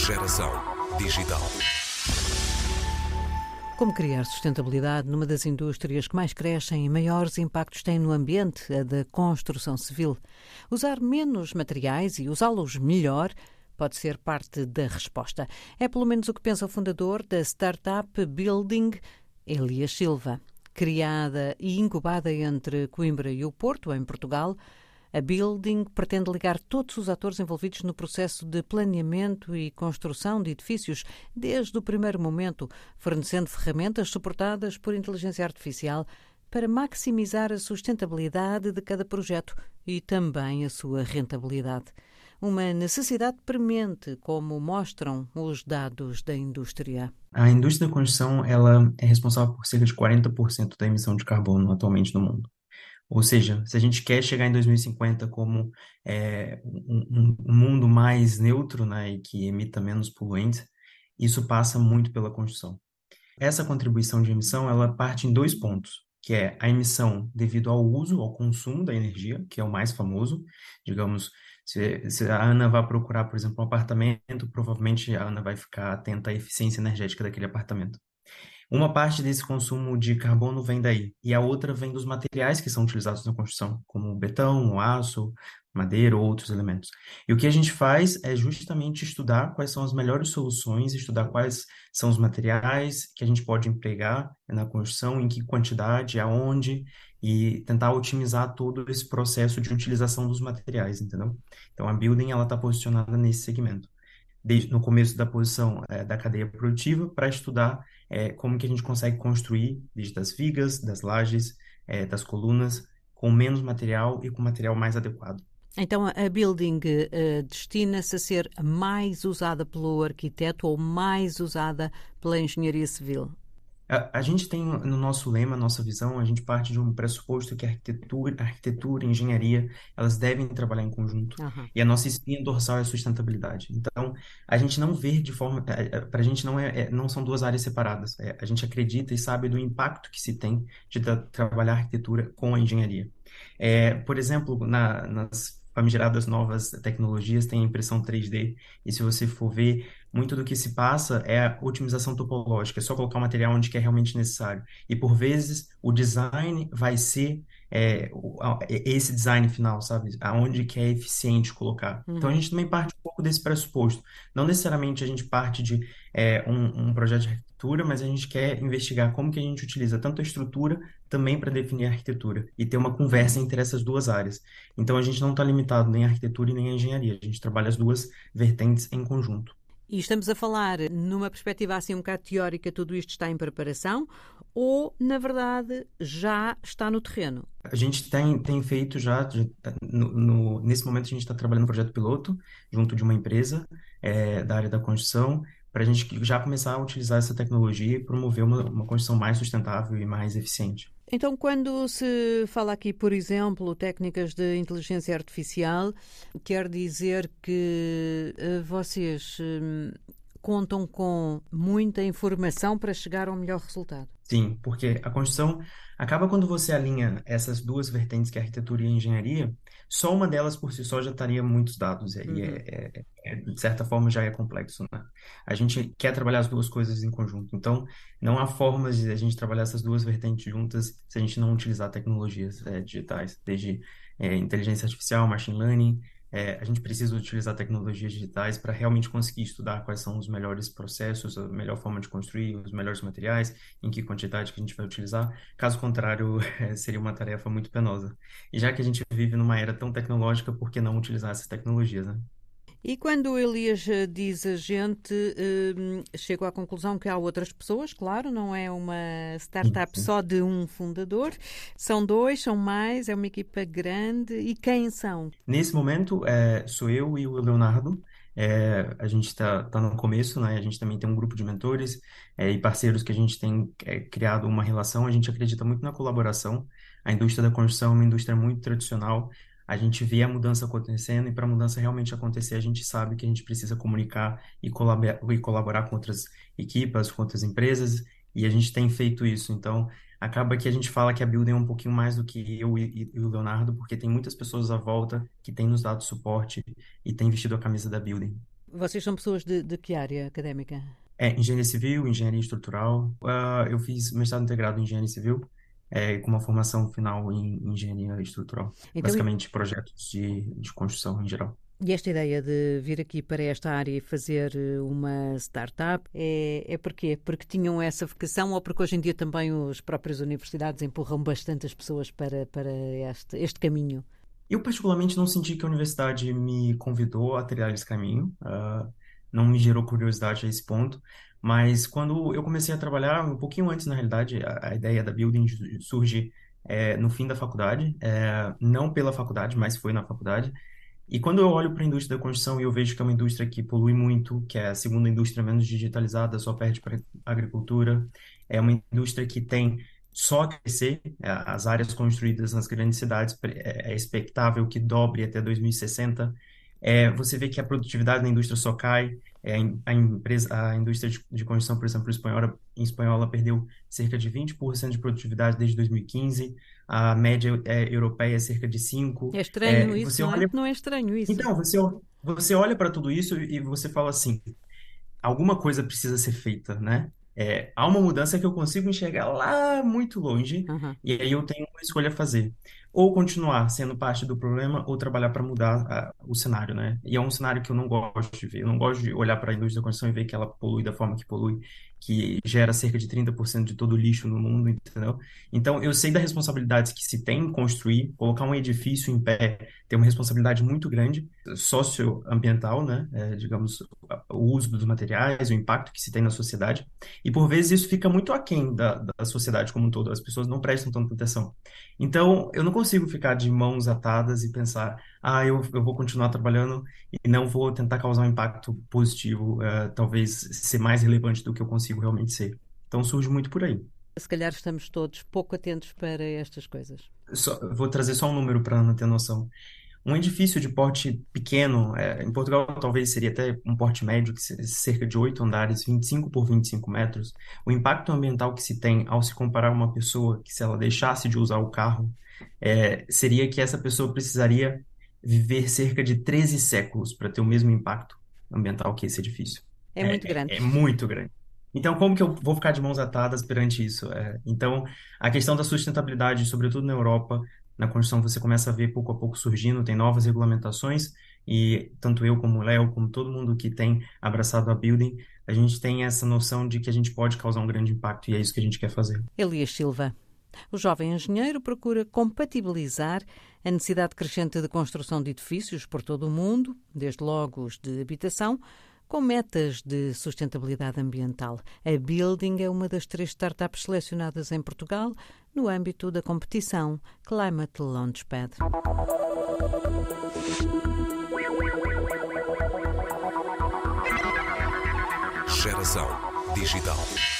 Geração digital. Como criar sustentabilidade numa das indústrias que mais crescem e maiores impactos têm no ambiente, a da construção civil? Usar menos materiais e usá-los melhor pode ser parte da resposta. É pelo menos o que pensa o fundador da startup Building, Elias Silva. Criada e incubada entre Coimbra e o Porto, em Portugal, a Building pretende ligar todos os atores envolvidos no processo de planeamento e construção de edifícios desde o primeiro momento, fornecendo ferramentas suportadas por inteligência artificial para maximizar a sustentabilidade de cada projeto e também a sua rentabilidade. Uma necessidade premente, como mostram os dados da indústria. A indústria da construção ela é responsável por cerca de 40% da emissão de carbono atualmente no mundo. Ou seja, se a gente quer chegar em 2050 como um mundo mais neutro, né, e que emita menos poluentes, isso passa muito pela construção. Essa contribuição de emissão ela parte em dois pontos, que é a emissão devido ao uso, ao consumo da energia, que é o mais famoso. Digamos, se a Ana vai procurar, por exemplo, um apartamento, provavelmente a Ana vai ficar atenta à eficiência energética daquele apartamento. Uma parte desse consumo de carbono vem daí, e a outra vem dos materiais que são utilizados na construção, como o betão, o aço, madeira ou outros elementos. E o que a gente faz é justamente estudar quais são as melhores soluções, estudar quais são os materiais que a gente pode empregar na construção, em que quantidade, aonde, e tentar otimizar todo esse processo de utilização dos materiais, entendeu? Então, a Building ela está posicionada nesse segmento no começo da posição da cadeia produtiva para estudar como que a gente consegue construir desde as vigas, das lajes, das colunas, com menos material e com material mais adequado. Então, a Building destina-se a ser mais usada pelo arquiteto ou mais usada pela engenharia civil? A gente tem no nosso lema, nossa visão, a gente parte de um pressuposto que a arquitetura e a engenharia, elas devem trabalhar em conjunto. Uhum. E a nossa espinha dorsal é a sustentabilidade. Então, a gente não vê de forma... Para a gente não são duas áreas separadas. A gente acredita e sabe do impacto que se tem de trabalhar a arquitetura com a engenharia. Por exemplo, nas famigeradas novas tecnologias, tem a impressão 3D, e se você for ver, muito do que se passa é a otimização topológica, é só colocar o material onde que é realmente necessário. E, por vezes, o design vai ser esse design final, sabe? Aonde que é eficiente colocar. Então, a gente também parte um pouco desse pressuposto. Não necessariamente a gente parte de um projeto de arquitetura, mas a gente quer investigar como que a gente utiliza tanto a estrutura também para definir a arquitetura e ter uma conversa entre essas duas áreas. Então, a gente não está limitado nem à arquitetura e nem à engenharia. A gente trabalha as duas vertentes em conjunto. E estamos a falar numa perspectiva assim um bocado teórica, tudo isto está em preparação ou, na verdade, já está no terreno? A gente tem feito já, nesse momento a gente está trabalhando no projeto piloto, junto de uma empresa da área da construção, para a gente já começar a utilizar essa tecnologia e promover uma construção mais sustentável e mais eficiente. Então, quando se fala aqui, por exemplo, técnicas de inteligência artificial, quer dizer que vocês contam com muita informação para chegar ao melhor resultado? Sim, porque a construção acaba quando você alinha essas duas vertentes, que é a arquitetura e a engenharia, só uma delas por si só já estaria muitos dados, de certa forma já é complexo, né? A gente quer trabalhar as duas coisas em conjunto, então não há formas de a gente trabalhar essas duas vertentes juntas se a gente não utilizar tecnologias digitais, desde inteligência artificial, machine learning. A gente precisa utilizar tecnologias digitais para realmente conseguir estudar quais são os melhores processos, a melhor forma de construir, os melhores materiais, em que quantidade que a gente vai utilizar. Caso contrário, seria uma tarefa muito penosa. E já que a gente vive numa era tão tecnológica, por que não utilizar essas tecnologias, né? E quando o Elias diz a gente, chego à conclusão que há outras pessoas, claro, não é uma startup Sim. só de um fundador, são dois, são mais, é uma equipa grande. E quem são? Nesse momento, sou eu e o Leonardo. A gente está no começo, né? A gente também tem um grupo de mentores e parceiros que a gente tem criado uma relação. A gente acredita muito na colaboração. A indústria da construção é uma indústria muito tradicional. A gente vê a mudança acontecendo e para a mudança realmente acontecer, a gente sabe que a gente precisa comunicar e colaborar com outras equipas, com outras empresas, e a gente tem feito isso. Então, acaba que a gente fala que a Building é um pouquinho mais do que eu e o Leonardo, porque tem muitas pessoas à volta que têm nos dado suporte e têm vestido a camisa da Building. Vocês são pessoas de que área académica? Engenharia civil, engenharia estrutural. Eu fiz mestrado integrado em engenharia civil, com uma formação final em engenharia estrutural. Então, Basicamente, projetos de construção em geral. e esta ideia de vir aqui para esta área e fazer uma startup é porquê? Porque tinham essa vocação ou porque hoje em dia também as próprias universidades empurram bastante as pessoas para este caminho? Eu, particularmente, não senti que a universidade me convidou a trilhar esse caminho, não me gerou curiosidade a esse ponto, mas quando eu comecei a trabalhar, um pouquinho antes, na realidade, a ideia da Building surge no fim da faculdade, não pela faculdade, mas foi na faculdade. E quando eu olho para a indústria da construção e eu vejo que é uma indústria que polui muito, que é a segunda indústria menos digitalizada, só perde para a agricultura, é uma indústria que tem só a crescer, as áreas construídas nas grandes cidades é expectável que dobre até 2060. Você vê que a produtividade na indústria só cai, a indústria de construção, por exemplo, espanhola perdeu cerca de 20% de produtividade desde 2015, a média europeia é cerca de 5%. É estranho isso, Você não é? olha Não é estranho isso? então, você olha para tudo isso e você fala assim, alguma coisa precisa ser feita, né? Há uma mudança que eu consigo enxergar lá muito longe, Aham. e aí eu tenho uma escolha a fazer. Ou continuar sendo parte do problema, ou trabalhar para mudar o cenário, né? E é um cenário que eu não gosto de ver. Eu não gosto de olhar para a indústria da construção e ver que ela polui da forma que polui, que gera cerca de 30% de todo o lixo no mundo, entendeu? Então, eu sei das responsabilidades que se tem em construir, colocar um edifício em pé, tem uma responsabilidade muito grande, socioambiental, né? Digamos, o uso dos materiais, o impacto que se tem na sociedade. E por vezes isso fica muito aquém da sociedade como um todo. As pessoas não prestam tanta atenção. Então, eu não consigo ficar de mãos atadas e pensar, eu vou continuar trabalhando e não vou tentar causar um impacto positivo, talvez ser mais relevante do que eu consigo realmente ser. Então, surge muito por aí. Se calhar estamos todos pouco atentos para estas coisas. Vou trazer só um número para não ter noção. Um edifício de porte pequeno, em Portugal talvez seria até um porte médio, que cerca de 8 andares, 25 por 25 metros. O impacto ambiental que se tem ao se comparar a uma pessoa que, se ela deixasse de usar o carro, seria que essa pessoa precisaria viver cerca de 13 séculos para ter o mesmo impacto ambiental que esse edifício. É muito grande. É muito grande. Então, como que eu vou ficar de mãos atadas perante isso? Então, a questão da sustentabilidade, sobretudo na Europa, na construção você começa a ver pouco a pouco surgindo, tem novas regulamentações e tanto eu como o Léo, como todo mundo que tem abraçado a Building, a gente tem essa noção de que a gente pode causar um grande impacto e é isso que a gente quer fazer. Elias Silva. O jovem engenheiro procura compatibilizar a necessidade crescente de construção de edifícios por todo o mundo, desde logo os de habitação, com metas de sustentabilidade ambiental. A Building é uma das 3 startups selecionadas em Portugal no âmbito da competição Climate Launchpad. Geração Digital.